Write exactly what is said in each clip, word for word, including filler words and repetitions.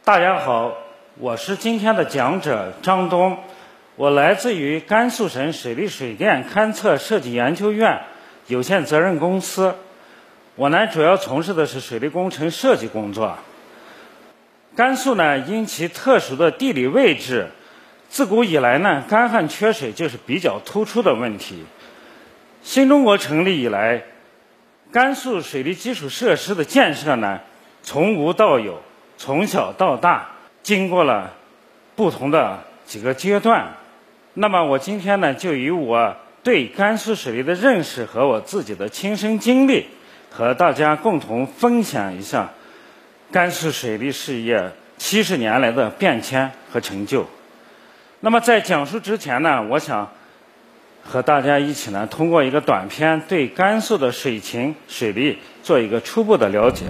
大家好，我是今天的讲者张东，我来自于甘肃省水利水电勘测设计研究院有限责任公司。我呢主要从事的是水利工程设计工作。甘肃呢因其特殊的地理位置，自古以来呢干旱缺水就是比较突出的问题。新中国成立以来，甘肃水利基础设施的建设呢从无到有，从小到大，经过了不同的几个阶段。那么我今天呢就以我对甘肃水利的认识和我自己的亲身经历，和大家共同分享一下甘肃水利事业七十年来的变迁和成就。那么在讲述之前呢，我想和大家一起呢通过一个短片对甘肃的水情水利做一个初步的了解。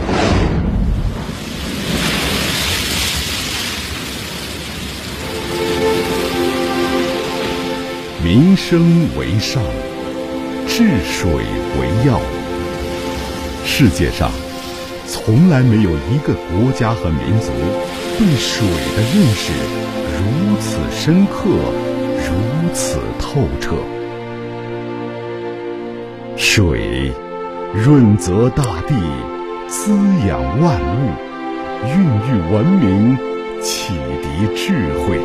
民生为上，治水为要。世界上从来没有一个国家和民族对水的认识如此深刻，如此透彻。水润泽大地，滋养万物，孕育文明，启迪智慧。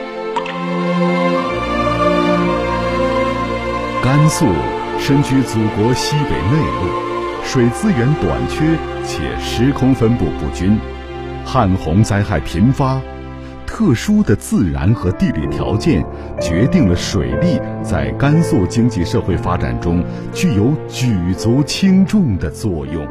甘肃身居祖国西北内陆，水资源短缺且时空分布不均，旱洪灾害频发，特殊的自然和地理条件决定了水利在甘肃经济社会发展中具有举足轻重的作用。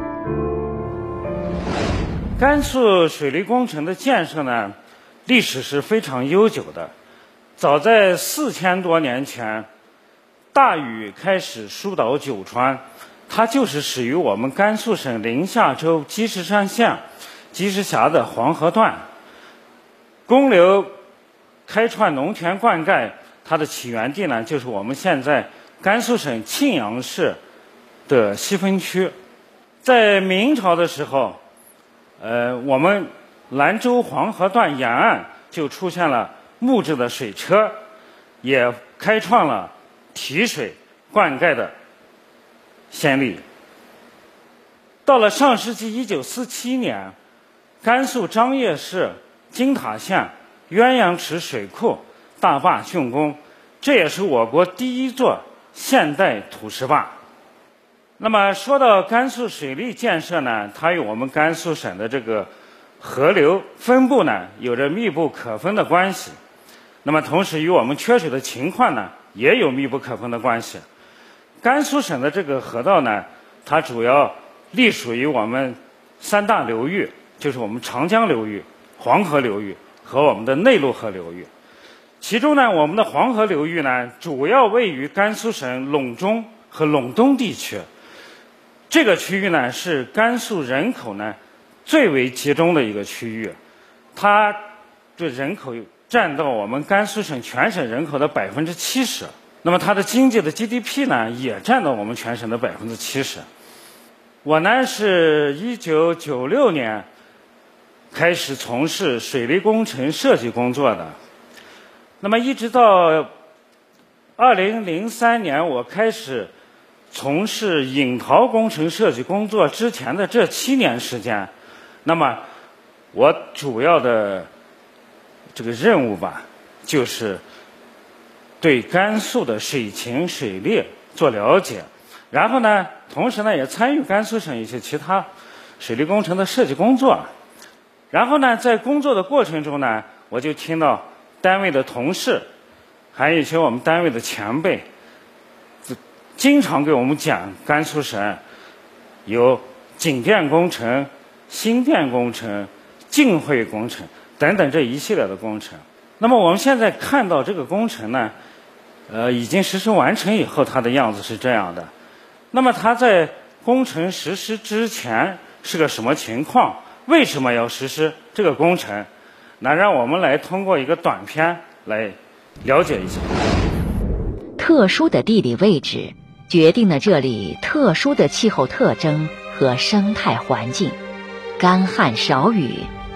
甘肃水利工程的建设呢，历史是非常悠久的。早在四千多年前，大禹开始疏导九川，它就是始于我们甘肃省临夏州积石山县积石峡的黄河段。公流开创农田灌溉，它的起源地呢，就是我们现在甘肃省庆阳市的西分区。在明朝的时候，呃，我们兰州黄河段沿岸就出现了木质的水车，也开创了提水灌溉的先例。到了上世纪一九四七年，甘肃张掖市金塔县鸳鸯池水库大坝竣工，这也是我国第一座现代土石坝。那么说到甘肃水利建设呢，它与我们甘肃省的这个河流分布呢有着密不可分的关系。那么同时与我们缺水的情况呢也有密不可分的关系。甘肃省的这个河道呢，它主要隶属于我们三大流域，就是我们长江流域、黄河流域和我们的内陆河流域。其中呢，我们的黄河流域呢，主要位于甘肃省陇中和陇东地区。这个区域呢，是甘肃人口呢最为集中的一个区域，它的人口占到我们甘肃省全省人口的百分之七十。那么它的经济的 G D P 呢，也占到我们全省的百分之七十。我呢是一九九六年开始从事水利工程设计工作的。那么一直到二零零三年我开始从事引陶工程设计工作之前的这七年时间，那么我主要的这个任务吧，就是对甘肃的水情水利做了解，然后呢同时呢也参与甘肃省一些其他水利工程的设计工作。然后呢在工作的过程中呢，我就听到单位的同事还有一些我们单位的前辈经常给我们讲甘肃省有景电工程、新电工程、净汇工程等等这一系列的工程。那么我们现在看到这个工程呢，呃，已经实施完成以后，它的样子是这样的。那么它在工程实施之前是个什么情况？为什么要实施这个工程？那让我们来通过一个短片来了解一下。 特殊的地理位置决定了这里特殊的气候特征和生态环境，干旱少雨，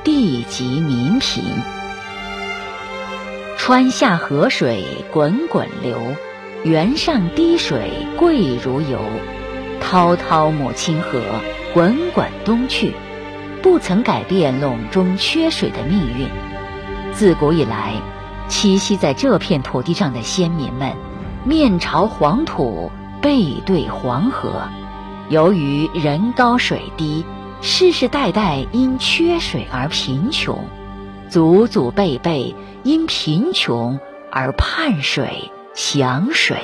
地级民贫。川下河水滚滚流，原上滴水贵如油。滔滔母亲河，滚滚东去，不曾改变陇中缺水的命运。自古以来，栖息在这片土地上的先民们，面朝黄土，背对黄河。由于人高水低，世世代代因缺水而贫穷，祖祖辈辈因贫穷而盼水享水。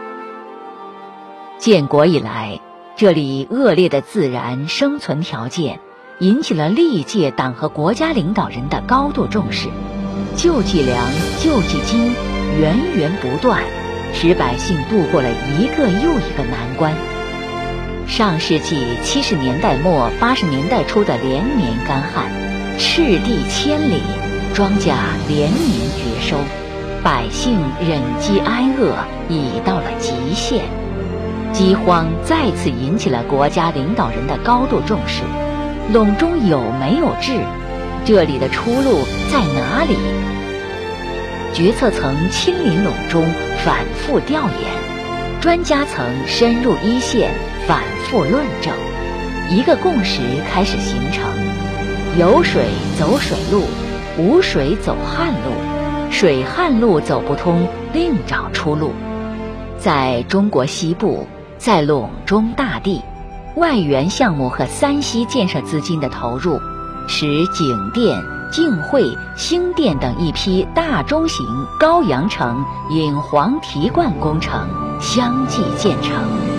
建国以来，这里恶劣的自然生存条件引起了历届党和国家领导人的高度重视，救济粮、救济金源源不断，使百姓度过了一个又一个难关。上世纪七十年代末八十年代初的连年干旱，赤地千里，庄稼连年绝收，百姓忍饥挨饿已到了极限。饥荒再次引起了国家领导人的高度重视。陇中有没有治？这里的出路在哪里？决策层亲临陇中，反复调研，专家层深入一线，反复论证，一个共识开始形成：有水走水路，无水走旱路，水旱路走不通，另找出路。在中国西部，在陇中大地，外援项目和三溪建设资金的投入，使景电、净汇、兴电等一批大中型高扬程引黄提灌工程相继建成。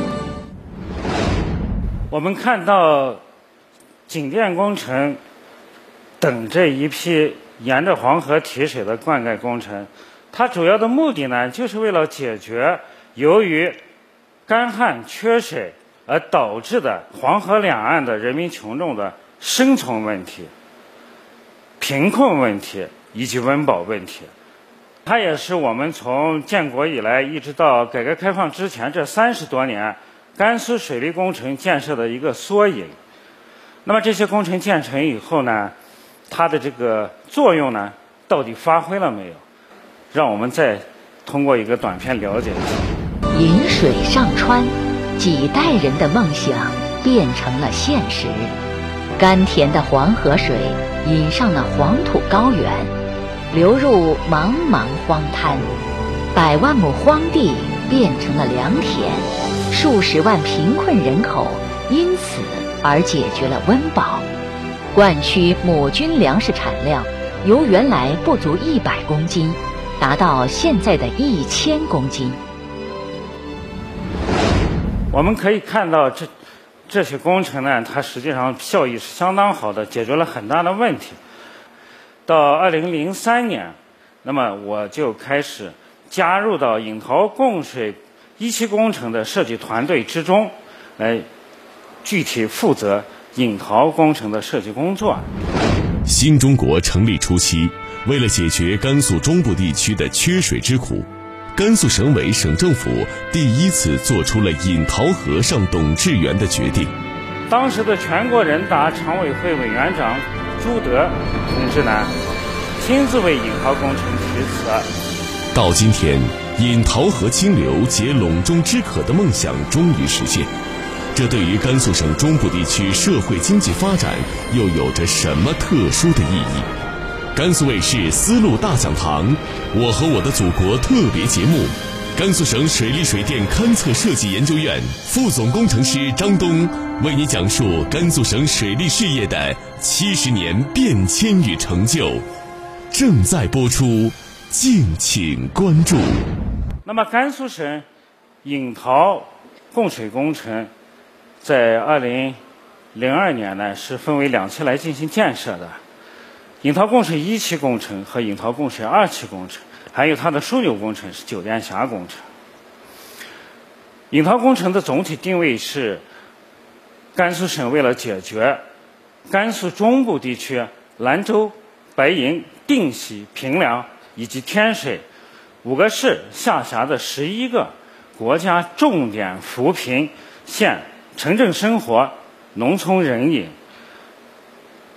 我们看到景电工程等这一批沿着黄河提水的灌溉工程，它主要的目的呢，就是为了解决由于干旱缺水而导致的黄河两岸的人民群众的生存问题、贫困问题以及温饱问题。它也是我们从建国以来一直到改革开放之前这三十多年甘肃水利工程建设的一个缩影。那么这些工程建成以后呢，它的这个作用呢，到底发挥了没有？让我们再通过一个短片了解一下。 引水上川，几代人的梦想变成了现实。甘甜的黄河水引上了黄土高原，流入茫茫荒滩，百万亩荒地变成了良田，数十万贫困人口因此而解决了温饱。灌区亩均粮食产量由原来不足一百公斤，达到现在的一千公斤。 我们可以看到这这些工程呢，它实际上效益是相当好的，解决了很大的问题。到二零零三年，那么我就开始加入到引桃供水一期工程的设计团队之中，来具体负责引桃工程的设计工作。 新中国成立初期，为了解决甘肃中部地区的缺水之苦，甘肃省委省政府第一次做出了引桃河上董志源的决定。 当时的全国人大常委会委员长朱德同志呢，亲自为引桃工程题词。 到今天，引桃河清流解陇中之渴的梦想终于实现。这对于甘肃省中部地区社会经济发展又有着什么特殊的意义？甘肃卫视丝路大讲堂，我和我的祖国特别节目，甘肃省水利水电勘测设计研究院副总工程师张东为你讲述甘肃省水利事业的七十年变迁与成就，正在播出，敬请关注。 那么甘肃省引桃供水工程在二零零二年呢，是分为两期来进行建设的。引桃供水一期工程和引桃供水二期工程，还有它的枢纽工程是九店峡工程。引桃工程的总体定位是，甘肃省为了解决甘肃中部地区兰州、白银、定西、平凉以及天水五个市下辖的十一个国家重点扶贫县城镇生活农村人饮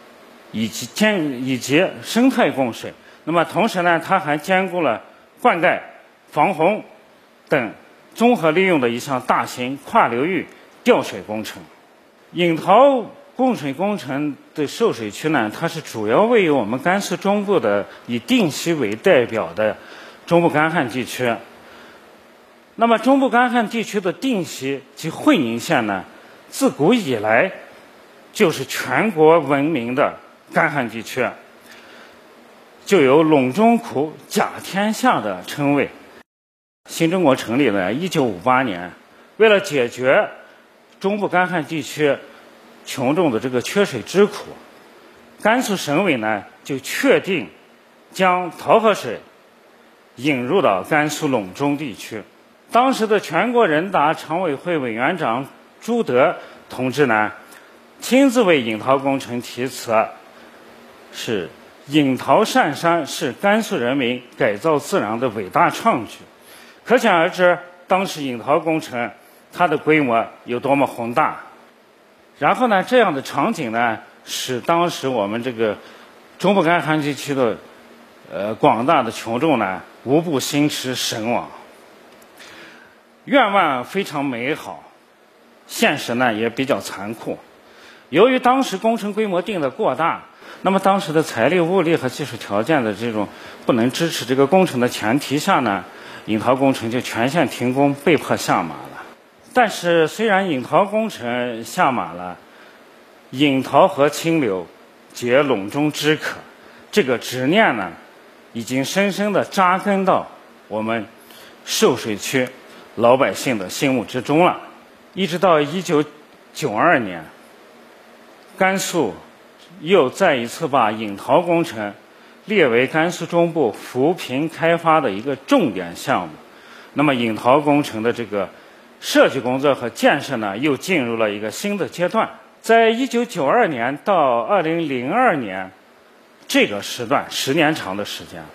以及兼以及生态供水。那么同时呢，它还兼顾了灌溉、防洪等综合利用的一项大型跨流域调水工程。颍桃供水工程的受水区呢，它是主要位于我们甘肃中部的以定西为代表的中部干旱地区。那么中部干旱地区的定西及会宁县呢，自古以来就是全国闻名的干旱地区，就有陇中苦、甲天下的称谓。新中国成立了一九五八年，为了解决中部干旱地区群众的这个缺水之苦，甘肃省委呢就确定将桃河水引入到甘肃陇中地区。当时的全国人大常委会委员长朱德同志呢，亲自为颍桃工程题词，是颍桃善山是甘肃人民改造自然的伟大创举。可想而知，当时颍桃工程它的规模有多么宏大。然后呢，这样的场景呢，使当时我们这个中部干旱地区的呃广大的群众呢，无不心驰神往。愿望非常美好，现实呢也比较残酷。由于当时工程规模定得过大，那么当时的财力、物力和技术条件的这种不能支持这个工程的前提下呢，颍桃工程就全线停工，被迫下马了。但是虽然颍桃工程下马了，颍桃河清流解陇中之渴，这个执念呢，已经深深地扎根到我们受水区老百姓的心目之中了。一直到一九九二年，甘肃又再一次把颍桃工程列为甘肃中部扶贫开发的一个重点项目。那么颍桃工程的这个设计工作和建设呢，又进入了一个新的阶段。在一九九二年到二零零二年这个时段，十年长的时间，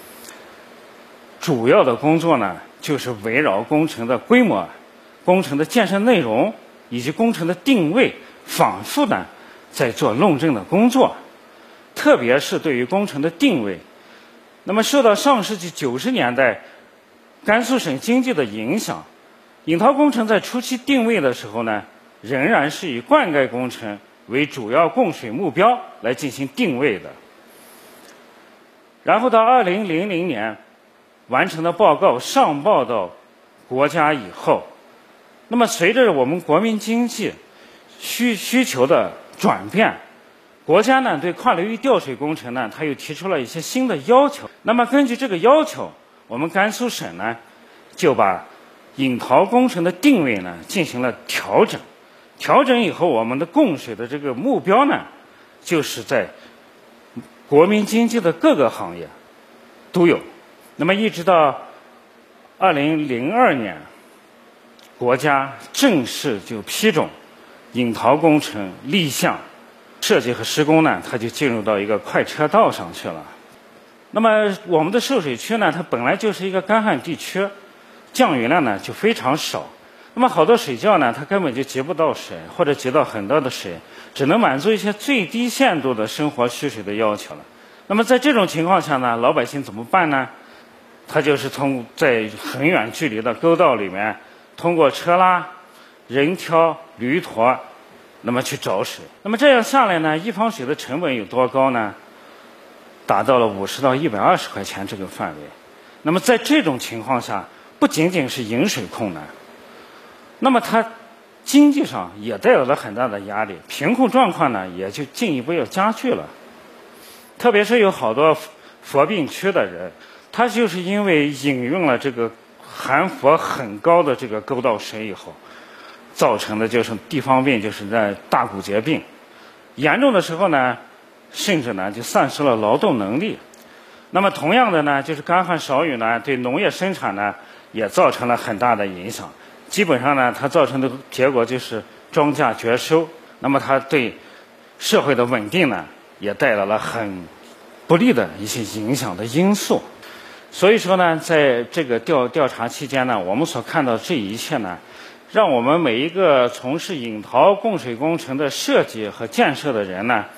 主要的工作呢，就是围绕工程的规模、工程的建设内容以及工程的定位，反复呢在做论证的工作。特别是对于工程的定位，那么受到上世纪九十年代甘肃省经济的影响，颍桃工程在初期定位的时候呢，仍然是以灌溉工程为主要供水目标来进行定位的。然后到二零零零年完成的报告上报到国家以后，那么随着我们国民经济需需求的转变，国家呢对跨流域调水工程呢，它又提出了一些新的要求。那么根据这个要求，我们甘肃省呢就把颍桃工程的定位呢进行了调整。调整以后，我们的供水的这个目标呢，就是在国民经济的各个行业都有。那么一直到二零零二年，国家正式就批准颍桃工程立项，设计和施工呢，它就进入到一个快车道上去了。那么我们的受水区呢，它本来就是一个干旱地区，降雨量呢就非常少。那么好多水窖呢，它根本就集不到水，或者集到很多的水，只能满足一些最低限度的生活需水的要求了。那么在这种情况下呢，老百姓怎么办呢？他就是从在很远距离的沟道里面，通过车拉、人挑、驴驮，那么去找水。那么这样下来呢，一方水的成本有多高呢？达到了五十到一百二十块钱这个范围。那么在这种情况下，不仅仅是饮水困难，那么它经济上也带来了很大的压力，贫困状况呢也就进一步要加剧了。特别是有好多佛病区的人，他就是因为饮用了这个含氟很高的这个沟道水以后，造成的就是地方病，就是在大骨节病，严重的时候呢，甚至呢就丧失了劳动能力。那么同样的呢，就是干旱少雨呢，对农业生产呢也造成了很大的影响。基本上呢，它造成的结果就是庄稼绝收。那么它对社会的稳定呢，也带来了很不利的一些影响的因素。所以说呢，在这个调调查期间呢，我们所看到这一切呢，让我们每一个从事颍桃供水工程的设计和建设的人呢，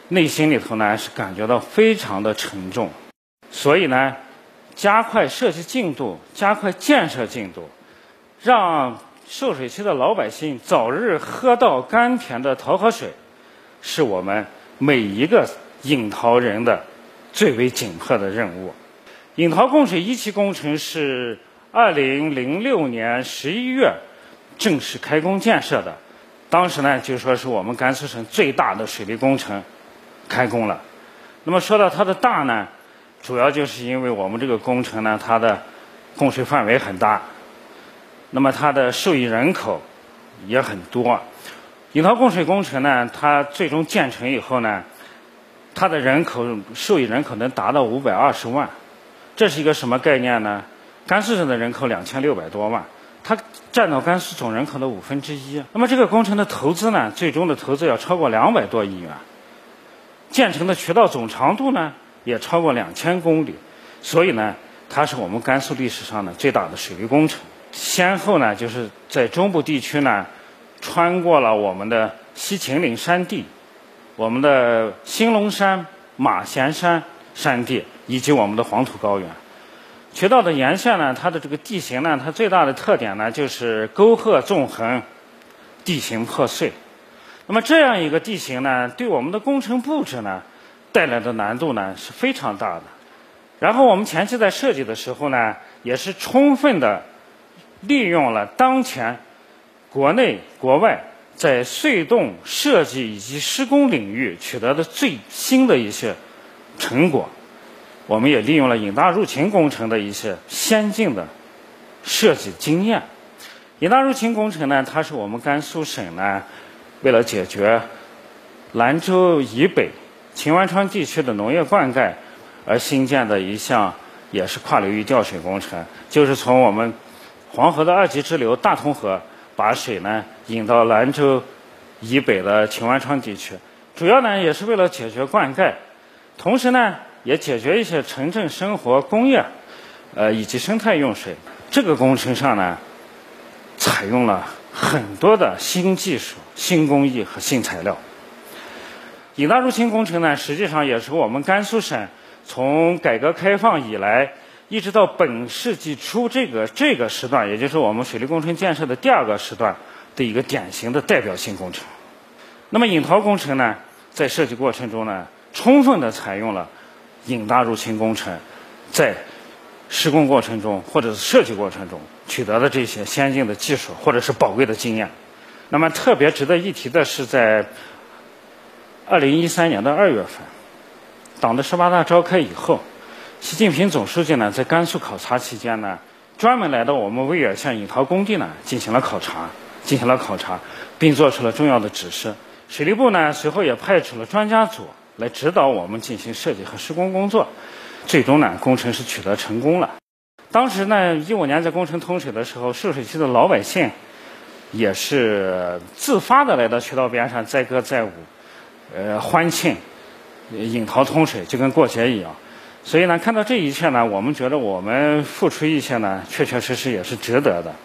内心里头呢是感觉到非常的沉重。所以呢，加快设计进度，加快建设进度，让受水区的老百姓早日喝到甘甜的桃河水，是我们每一个引桃人的最为紧迫的任务。引桃供水一期工程是二零零六年十一月正式开工建设的，当时呢就说是我们甘肃省最大的水利工程开工了。那么说到它的大呢，主要就是因为我们这个工程呢，它的供水范围很大，那么它的受益人口也很多。引桃供水工程呢，它最终建成以后呢，它的人口受益人口能达到五百二十万。这是一个什么概念呢？甘肃省的人口两千六百多万，它占到甘肃总人口的五分之一。那么这个工程的投资呢，最终的投资要超过两百多亿元，建成的渠道总长度呢也超过两千公里，所以呢，它是我们甘肃历史上呢最大的水利工程。先后呢，就是在中部地区呢，穿过了我们的西秦岭山地、我们的兴隆山、马贤山山地以及我们的黄土高原。渠道的沿线呢，它的这个地形呢，它最大的特点呢就是沟壑纵横，地形破碎。那么这样一个地形呢，对我们的工程布置呢带来的难度呢是非常大的。然后我们前期在设计的时候呢，也是充分的利用了当前国内国外在隧洞设计以及施工领域取得的最新的一些成果。我们也利用了引大入秦工程的一些先进的设计经验。引大入秦工程呢，它是我们甘肃省呢为了解决兰州以北秦湾川地区的农业灌溉而新建的一项也是跨流域调水工程，就是从我们黄河的二级支流大同河把水呢引到兰州以北的秦湾川地区，主要呢也是为了解决灌溉，同时呢也解决一些城镇生活、工业，呃以及生态用水。这个工程上呢，采用了很多的新技术、新工艺和新材料。引大入秦工程呢，实际上也是我们甘肃省从改革开放以来，一直到本世纪初这个这个时段，也就是我们水利工程建设的第二个时段的一个典型的代表性工程。那么引桃工程呢，在设计过程中呢，充分的采用了引大入秦工程在施工过程中或者是设计过程中取得的这些先进的技术或者是宝贵的经验。那么特别值得一提的是，在二零一三年的二月份，党的十八大召开以后，习近平总书记呢在甘肃考察期间呢，专门来到我们威尔县引桃工地呢进行了考察，进行了考察，并做出了重要的指示。水利部呢随后也派出了专家组来指导我们进行设计和施工工作，最终呢工程是取得成功了。当时呢一五年在工程通水的时候，受水区的老百姓也是自发的来到渠道边上载歌载舞，呃欢庆引桃通水，就跟过节一样。所以呢看到这一切呢，我们觉得我们付出一些呢确确实实也是值得的。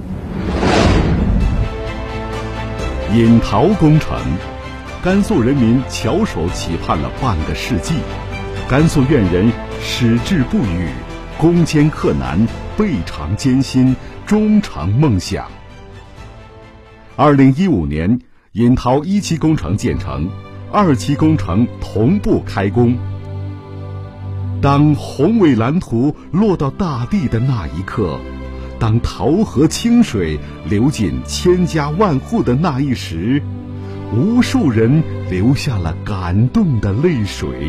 引桃工程，甘肃人民翘首企盼了半个世纪，甘肃院人矢志不渝，攻坚克难，倍尝艰辛，终成梦想。二零一五年，引桃一期工程建成，二期工程同步开工。当宏伟蓝图落到大地的那一刻，当桃河清水流进千家万户的那一时，无数人流下了感动的泪水。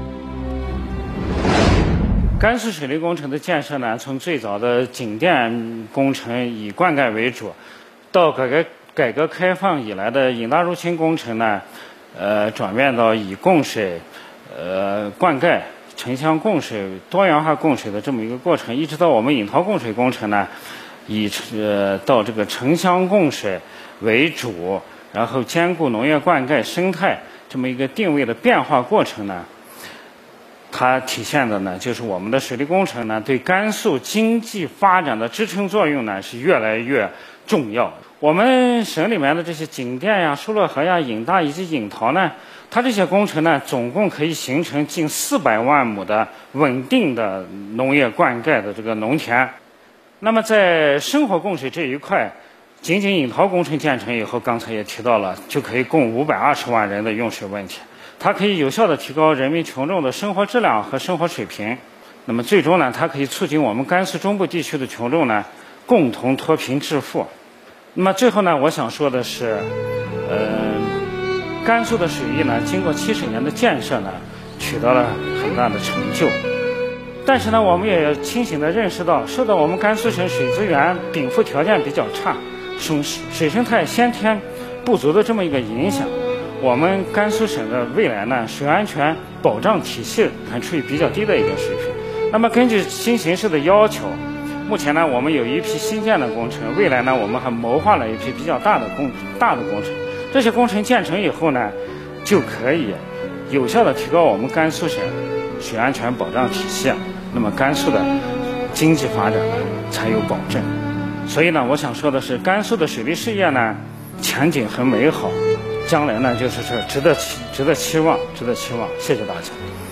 甘肃水利工程的建设呢，从最早的井电工程以灌溉为主，到改革改革开放以来的引大入秦工程呢，呃，转变到以供水、呃灌溉、城乡供水、多元化供水的这么一个过程，一直到我们引桃供水工程呢，以呃到这个城乡供水为主，然后兼顾农业灌溉、生态这么一个定位的变化过程呢，它体现的呢，就是我们的水利工程呢，对甘肃经济发展的支撑作用呢是越来越重要。 我们省里面的这些景电呀、疏洛河呀、引大以及引陶呢，它这些工程呢，总共可以形成近四百万亩的稳定的农业灌溉的这个农田。那么在生活供水这一块，仅仅引陶工程建成以后，刚才也提到了，就可以供五百二十万人的用水问题。它可以有效地提高人民群众的生活质量和生活水平。那么最终呢，它可以促进我们甘肃中部地区的群众呢，共同脱贫致富。那么最后呢，我想说的是，呃，甘肃的水利呢，经过七十年的建设呢，取得了很大的成就。但是呢，我们也要清醒地认识到，受到我们甘肃省水资源禀赋条件比较差、水水生态先天不足的这么一个影响，我们甘肃省的未来呢，水安全保障体系还处于比较低的一个水平。那么根据新形势的要求，目前呢，我们有一批新建的工程，未来呢，我们还谋划了一批比较大的工大的工程。这些工程建成以后呢，就可以有效地提高我们甘肃省水安全保障体系，那么甘肃的经济发展呢才有保证。所以呢，我想说的是，甘肃的水利事业呢，前景很美好，将来呢，就是说值得期值得期望，值得期望。谢谢大家。